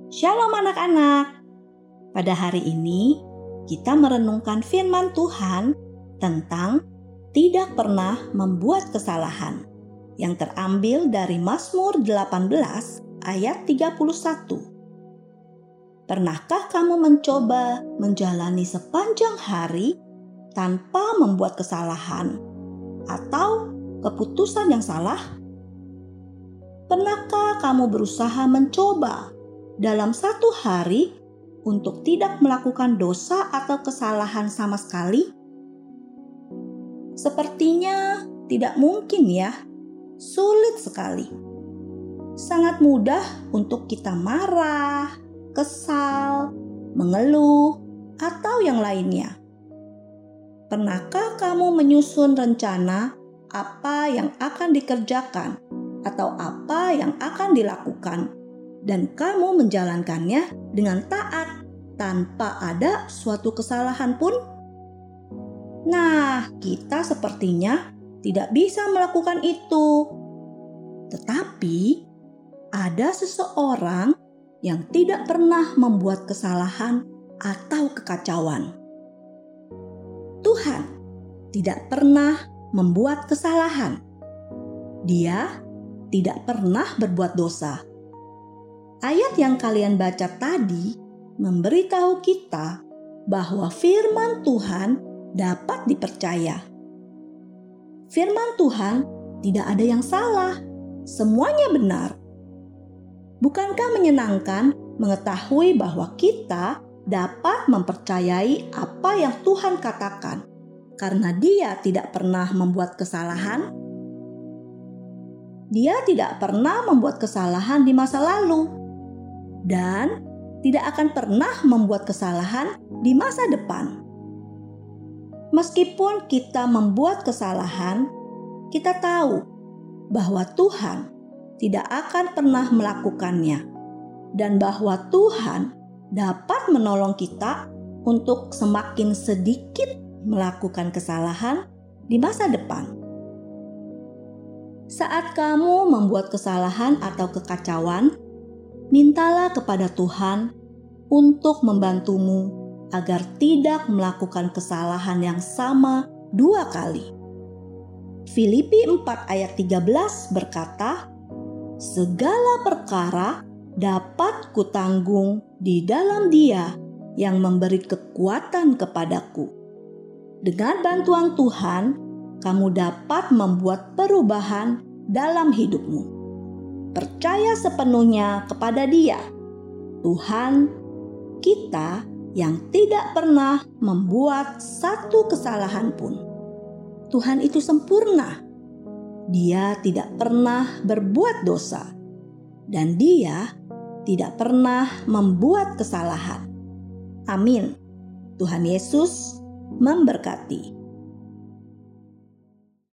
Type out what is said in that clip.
Shalom anak-anak. Pada hari ini kita merenungkan firman Tuhan tentang tidak pernah membuat kesalahan yang terambil dari Mazmur 18 ayat 31. Pernahkah kamu mencoba menjalani sepanjang hari tanpa membuat kesalahan atau keputusan yang salah? Pernahkah kamu berusaha mencoba dalam satu hari untuk tidak melakukan dosa atau kesalahan sama sekali? Sepertinya tidak mungkin ya, sulit sekali. Sangat mudah untuk kita marah, kesal, mengeluh, atau yang lainnya. Pernahkah kamu menyusun rencana apa yang akan dikerjakan atau apa yang akan dilakukan, dan kamu menjalankannya dengan taat tanpa ada suatu kesalahan pun? Nah, kita sepertinya tidak bisa melakukan itu. Tetapi ada seseorang yang tidak pernah membuat kesalahan atau kekacauan. Tuhan tidak pernah membuat kesalahan. Dia tidak pernah berbuat dosa. Ayat yang kalian baca tadi memberitahu kita bahwa firman Tuhan dapat dipercaya. Firman Tuhan tidak ada yang salah, semuanya benar. Bukankah menyenangkan mengetahui bahwa kita dapat mempercayai apa yang Tuhan katakan karena Dia tidak pernah membuat kesalahan? Dia tidak pernah membuat kesalahan di masa lalu dan tidak akan pernah membuat kesalahan di masa depan. Meskipun kita membuat kesalahan, kita tahu bahwa Tuhan tidak akan pernah melakukannya dan bahwa Tuhan dapat menolong kita untuk semakin sedikit melakukan kesalahan di masa depan. Saat kamu membuat kesalahan atau kekacauan, mintalah kepada Tuhan untuk membantumu agar tidak melakukan kesalahan yang sama 2 kali. Filipi 4 ayat 13 berkata, "Segala perkara dapat kutanggung di dalam Dia yang memberi kekuatan kepadaku." Dengan bantuan Tuhan, kamu dapat membuat perubahan dalam hidupmu. Percaya sepenuhnya kepada Dia, Tuhan kita yang tidak pernah membuat satu kesalahan pun. Tuhan itu sempurna. Dia tidak pernah berbuat dosa dan Dia tidak pernah membuat kesalahan. Amin. Tuhan Yesus memberkati.